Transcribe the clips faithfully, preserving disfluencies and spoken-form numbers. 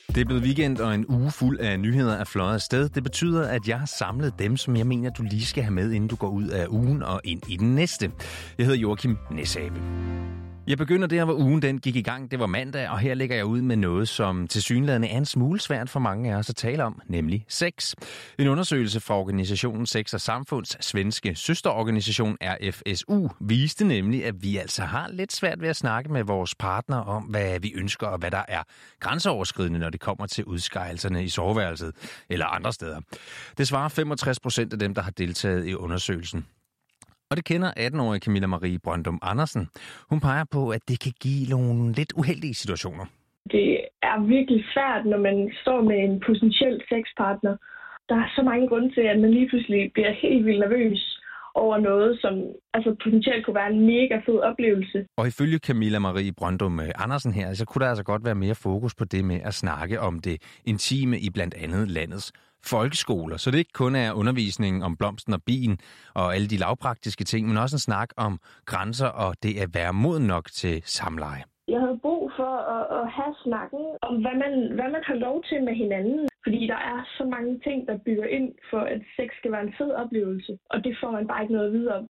Det er blevet weekend, og en uge fuld af nyheder er fløjet afsted. Det betyder, at jeg har samlet dem, som jeg mener, du lige skal have med, inden du går ud af ugen og ind i den næste. Jeg hedder Joachim Næshabe. Jeg begynder der, hvor ugen den gik i gang. Det var mandag, og her lægger jeg ud med noget, som tilsyneladende er en smule svært for mange af os at tale om, nemlig sex. En undersøgelse fra organisationen Sex og Samfunds svenske søsterorganisation R F S U viste nemlig, at vi altså har lidt svært ved at snakke med vores partner om, hvad vi ønsker og hvad der er grænseoverskridende, når det kommer til udskejelserne i soveværelset eller andre steder. Det svarer femogtres procent af dem, der har deltaget i undersøgelsen. Og det kender atten-årige Camilla Marie Brøndum Andersen. Hun peger på, at det kan give nogle lidt uheldige situationer. Det er virkelig svært, når man står med en potentiel sexpartner. Der er så mange grunde til, at man lige pludselig bliver helt vildt nervøs over noget, som altså potentielt kunne være en mega fed oplevelse. Og ifølge Camilla Marie Brøndum Andersen her, så kunne der altså godt være mere fokus på det med at snakke om det intime i blandt andet landets folkeskoler. Så det ikke kun er undervisning om blomsten og bien og alle de lavpraktiske ting, men også en snak om grænser og det at være moden nok til samleje. Jeg havde brug for at, at have snakken om, hvad man, hvad man har lov til med hinanden. Fordi der er så mange ting, der bygger ind for, at sex skal være en fed oplevelse. Og det får man bare ikke noget videre om.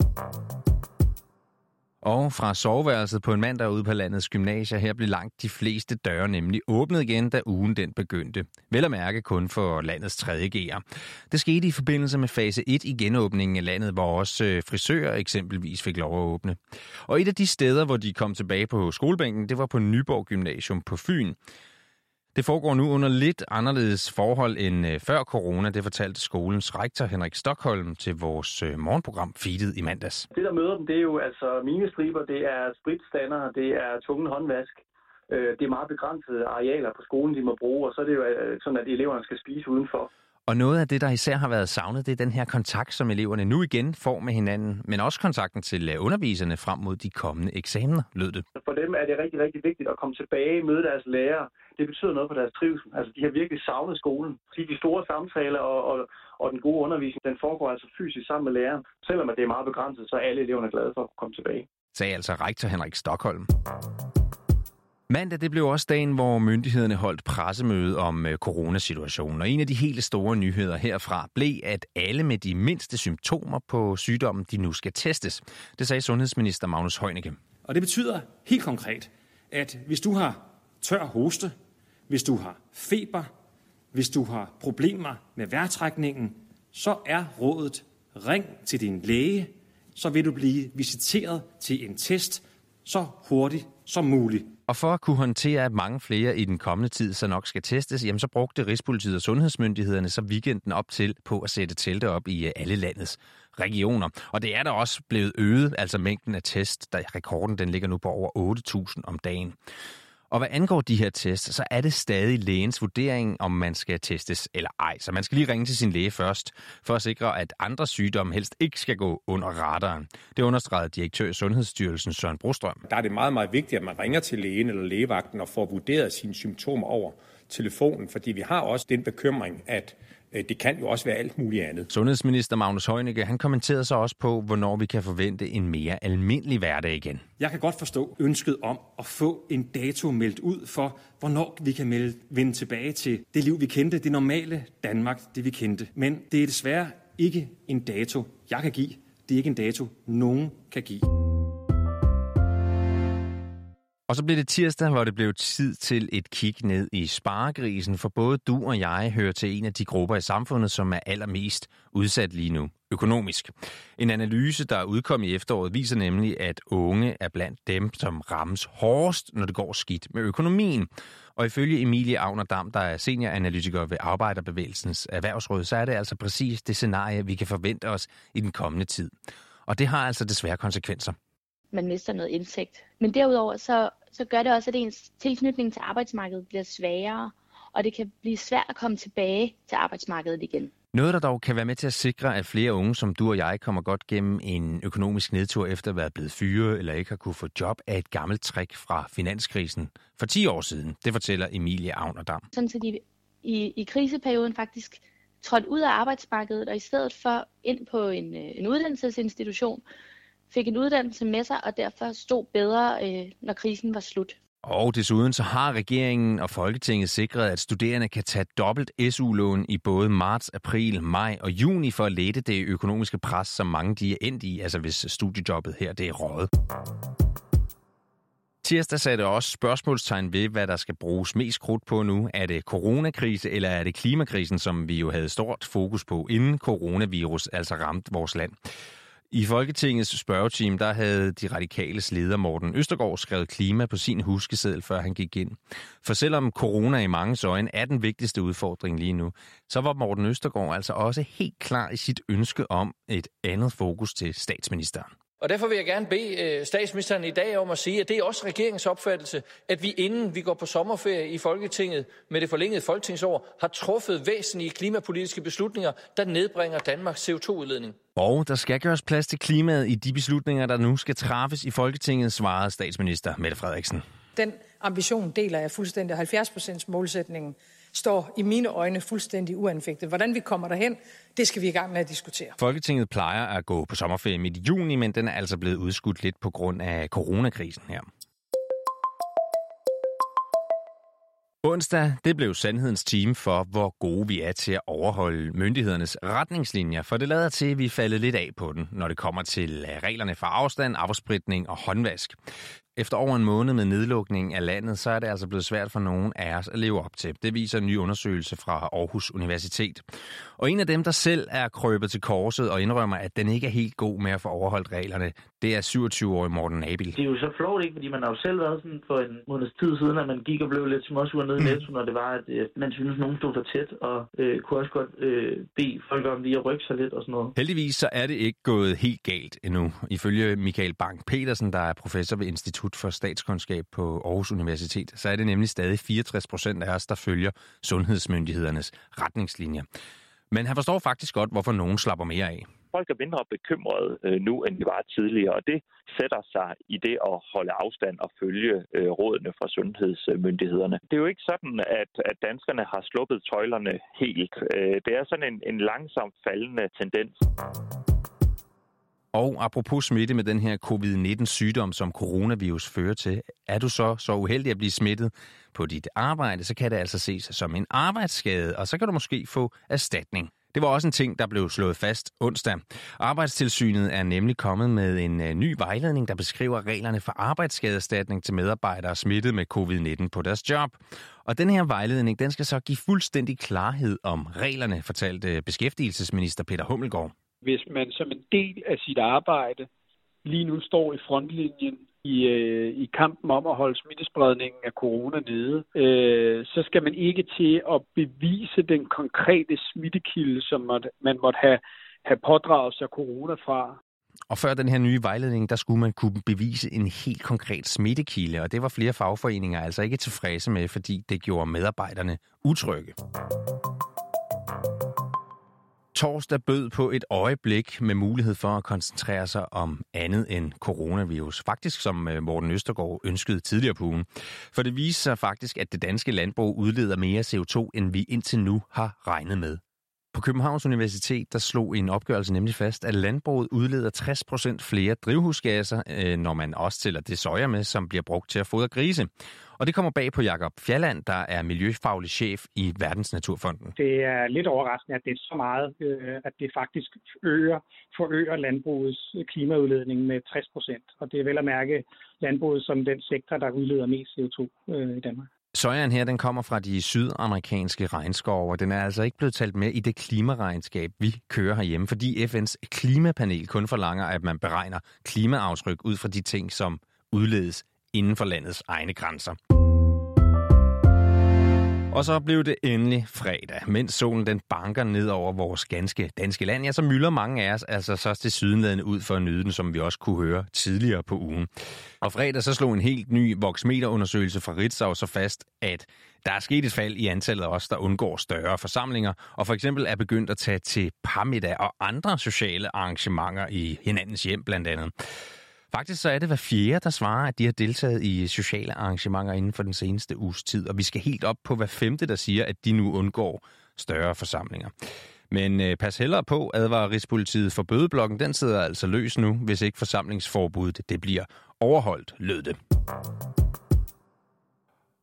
Og fra soveværelset på en mandag ude på landets gymnasier, her blev langt de fleste døre nemlig åbnet igen, da ugen den begyndte. Vel at mærke kun for landets tredje G'er. Det skete i forbindelse med fase et i genåbningen af landet, hvor også frisører eksempelvis fik lov at åbne. Og et af de steder, hvor de kom tilbage på skolebænken, det var på Nyborg Gymnasium på Fyn. Det foregår nu under lidt anderledes forhold end før corona, det fortalte skolens rektor Henrik Stockholm til vores morgenprogram Feedet i mandags. Det, der møder dem, det er jo altså minestriber, det er spritstander, det er tvungen håndvask. Det er meget begrænsede arealer på skolen, de må bruge, og så er det jo sådan, at eleverne skal spise udenfor. Og noget af det, der især har været savnet, det er den her kontakt, som eleverne nu igen får med hinanden, men også kontakten til underviserne frem mod de kommende eksamener, lød det. For dem er det rigtig, rigtig vigtigt at komme tilbage, møde deres lærere. Det betyder noget for deres trivsel. Altså, de har virkelig savnet skolen. De store samtaler og, og, og den gode undervisning, den foregår altså fysisk sammen med læreren. Selvom det er meget begrænset, så er alle eleverne glade for at komme tilbage. Sagde altså rektor Henrik Stockholm. Mandag det blev også dagen, hvor myndighederne holdt pressemøde om coronasituationen. Og en af de helt store nyheder herfra blev, at alle med de mindste symptomer på sygdommen, de nu skal testes. Det sagde sundhedsminister Magnus Heunicke. Og det betyder helt konkret, at hvis du har tør hoste, hvis du har feber, hvis du har problemer med vejrtrækningen, så er rådet: ring til din læge, så vil du blive visiteret til en test så hurtigt som muligt. Og for at kunne håndtere, at mange flere i den kommende tid så nok skal testes, jamen så brugte Rigspolitiet og sundhedsmyndighederne så weekenden op til på at sætte telte op i alle landets regioner. Og det er der også blevet øget, altså mængden af test, der rekorden den ligger nu på over otte tusind om dagen. Og hvad angår de her tests, så er det stadig lægens vurdering, om man skal testes eller ej. Så man skal lige ringe til sin læge først, for at sikre, at andre sygdomme helst ikke skal gå under radaren. Det understregede direktør i Sundhedsstyrelsen Søren Brostrøm. Der er det meget, meget vigtigt, at man ringer til lægen eller lægevagten og får vurderet sine symptomer over telefonen, fordi vi har også den bekymring, at det kan jo også være alt muligt andet. Sundhedsminister Magnus Heunicke, han kommenterede så også på, hvornår vi kan forvente en mere almindelig hverdag igen. Jeg kan godt forstå ønsket om at få en dato meldt ud for, hvornår vi kan melde, vende tilbage til det liv, vi kendte, det normale Danmark, det vi kendte. Men det er desværre ikke en dato, jeg kan give. Det er ikke en dato, nogen kan give. Og så blev det tirsdag, hvor det blev tid til et kig ned i sparegrisen, for både du og jeg hører til en af de grupper i samfundet, som er allermest udsat lige nu økonomisk. En analyse, der er udkommet i efteråret, viser nemlig, at unge er blandt dem, som rammes hårdest, når det går skidt med økonomien. Og ifølge Emilie Agnerdam, der er senioranalytiker ved Arbejderbevægelsens Erhvervsråd, så er det altså præcis det scenarie, vi kan forvente os i den kommende tid. Og det har altså desværre konsekvenser. Man mister noget indtægt. Men derudover så, så gør det også, at ens tilknytning til arbejdsmarkedet bliver sværere, og det kan blive svært at komme tilbage til arbejdsmarkedet igen. Noget, der dog kan være med til at sikre, at flere unge som du og jeg kommer godt gennem en økonomisk nedtur efter at være blevet fyret eller ikke har kunne få job, er et gammelt trick fra finanskrisen for ti år siden. Det fortæller Emilie Agnerdam. Sådan så de i, i kriseperioden faktisk trådte ud af arbejdsmarkedet, og i stedet for ind på en, en uddannelsesinstitution, fik en uddannelse med sig, og derfor stod bedre, øh, når krisen var slut. Og desuden så har regeringen og Folketinget sikret, at studerende kan tage dobbelt S U-lån i både marts, april, maj og juni for at lette det økonomiske pres, som mange de er endt i, altså hvis studiejobbet her det er røget. Tirsdag satte også spørgsmålstegn ved, hvad der skal bruges mest krudt på nu. Er det coronakrise, eller er det klimakrisen, som vi jo havde stort fokus på, inden coronavirus altså ramte vores land? I Folketingets spørgeteam, der havde de radikales leder Morten Østergaard skrevet klima på sin huskeseddel, før han gik ind. For selvom corona i manges øjne er den vigtigste udfordring lige nu, så var Morten Østergaard altså også helt klar i sit ønske om et andet fokus til statsministeren. Og derfor vil jeg gerne bede statsministeren i dag om at sige, at det er også regeringens opfattelse, at vi inden vi går på sommerferie i Folketinget med det forlængede folketingsår, har truffet væsentlige klimapolitiske beslutninger, der nedbringer Danmarks C O to udledning. Og der skal gøres plads til klimaet i de beslutninger, der nu skal træffes i Folketinget, svarede statsminister Mette Frederiksen. Den ambition deler jeg fuldstændig. halvfjerds procent målsætningen står i mine øjne fuldstændig uanfægtet. Hvordan vi kommer derhen, det skal vi i gang med at diskutere. Folketinget plejer at gå på sommerferie midt i juni, men den er altså blevet udskudt lidt på grund af coronakrisen her. Onsdag, det blev sandhedens time for, hvor gode vi er til at overholde myndighedernes retningslinjer, for det lader til, at vi er faldet lidt af på den, når det kommer til reglerne for afstand, afspritning og håndvask. Efter over en måned med nedlukning af landet, så er det altså blevet svært for nogen af os at leve op til. Det viser en ny undersøgelse fra Aarhus Universitet. Og en af dem, der selv er krøbet til korset og indrømmer, at den ikke er helt god med at få overholdt reglerne, det er syvogtyve-årig Morten Nabil. Det er jo så flot, ikke? Fordi man har jo selv været sådan for en måneds tid siden, at man gik og blev lidt småsur nede i Netto, når det var, at øh, man synes, nogen stod for tæt, og øh, kunne også godt øh, bede folk om lige at rykke sig lidt og sådan noget. Heldigvis så er det ikke gået helt galt endnu. Ifølge Michael Bang-Petersen, der er professor ved Institut for Statskundskab på Aarhus Universitet, så er det nemlig stadig fireogtres procent af os, der følger sundhedsmyndighedernes retningslinjer. Men han forstår faktisk godt, hvorfor nogen slapper mere af. Folk er mindre bekymrede øh, nu, end de var tidligere, og det sætter sig i det at holde afstand og følge øh, rådene fra sundhedsmyndighederne. Det er jo ikke sådan, at, at danskerne har sluppet tøjlerne helt. Øh, det er sådan en, en langsomt faldende tendens. Og apropos smitte med den her covid nitten sygdom, som coronavirus fører til, er du så så uheldig at blive smittet på dit arbejde, så kan det altså ses som en arbejdsskade, og så kan du måske få erstatning. Det var også en ting, der blev slået fast onsdag. Arbejdstilsynet er nemlig kommet med en ny vejledning, der beskriver reglerne for arbejdsskadeerstatning til medarbejdere smittet med covid nitten på deres job. Og den her vejledning, den skal så give fuldstændig klarhed om reglerne, fortalte beskæftigelsesminister Peter Hummelgaard. Hvis man som en del af sit arbejde lige nu står i frontlinjen i, øh, i kampen om at holde smittespredningen af corona nede, øh, så skal man ikke til at bevise den konkrete smittekilde, som måtte, man måtte have, have pådraget sig corona fra. Og før den her nye vejledning, der skulle man kunne bevise en helt konkret smittekilde, og det var flere fagforeninger altså ikke tilfredse med, fordi det gjorde medarbejderne utrygge. Torsdag bød på et øjeblik med mulighed for at koncentrere sig om andet end coronavirus. Faktisk som Morten Østergaard ønskede tidligere på ugen. For det viser sig faktisk, at det danske landbrug udleder mere C O to, end vi indtil nu har regnet med. På Københavns Universitet der slog en opgørelse nemlig fast, at landbruget udleder tres procent flere drivhusgasser, når man også tæller det soja med, som bliver brugt til at fodre grise. Og det kommer bag på Jakob Fjalland, der er miljøfaglig chef i Verdensnaturfonden. Det er lidt overraskende, at det er så meget, at det faktisk øger, forøger landbrugets klimaudledning med tres procent. Og det er vel at mærke landbruget som den sektor, der udleder mest C O to i Danmark. Sojaen her, den kommer fra de sydamerikanske regnskove, og den er altså ikke blevet talt med i det klimaregnskab, vi kører herhjemme, fordi F N's klimapanel kun forlanger, at man beregner klimaaftryk ud fra de ting, som udledes inden for landets egne grænser. Og så blev det endelig fredag. Mens solen den banker ned over vores ganske danske land, ja, så mylder mange af os altså så til sydenladende ud for at nyde den, som vi også kunne høre tidligere på ugen. Og fredag så slog en helt ny Voxmeter-undersøgelse fra Ritzau så fast, at der er sket et fald i antallet af os, der undgår større forsamlinger, og for eksempel er begyndt at tage til parmiddag og andre sociale arrangementer i hinandens hjem blandt andet. Faktisk så er det hver fjerde, der svarer, at de har deltaget i sociale arrangementer inden for den seneste uges tid, og vi skal helt op på hver femte, der siger, at de nu undgår større forsamlinger. Men øh, pas hellere på, advarer Rigspolitiet, for bødeblokken, den sidder altså løs nu, hvis ikke forsamlingsforbuddet det bliver overholdt, lød det.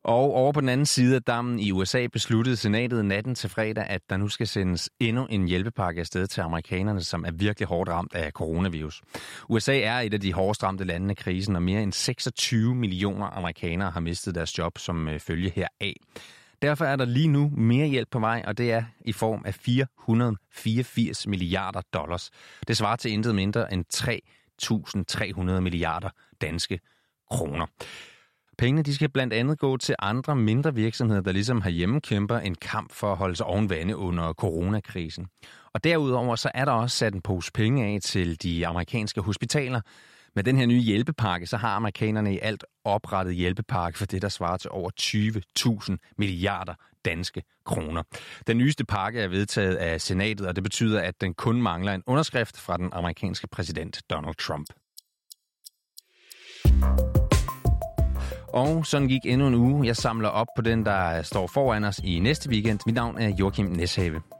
Og over på den anden side af dammen i U S A besluttede senatet natten til fredag, at der nu skal sendes endnu en hjælpepakke afsted til amerikanerne, som er virkelig hårdt ramt af coronavirus. U S A er et af de hårdest ramte lande af krisen, og mere end seksogtyve millioner amerikanere har mistet deres job som følge heraf. Derfor er der lige nu mere hjælp på vej, og det er i form af fire hundrede fireogfirs milliarder dollars. Det svarer til intet mindre end tre tusind tre hundrede milliarder danske kroner. Pengene de skal blandt andet gå til andre mindre virksomheder, der ligesom herhjemme kæmper en kamp for at holde sig oven vande under coronakrisen. Og derudover så er der også sat en pose penge af til de amerikanske hospitaler. Med den her nye hjælpepakke, så har amerikanerne i alt oprettet hjælpepakke for det, der svarer til over tyve tusind milliarder danske kroner. Den nyeste pakke er vedtaget af senatet, og det betyder, at den kun mangler en underskrift fra den amerikanske præsident Donald Trump. Og sådan gik endnu en uge. Jeg samler op på den, der står foran os i næste weekend. Mit navn er Joachim Neshave.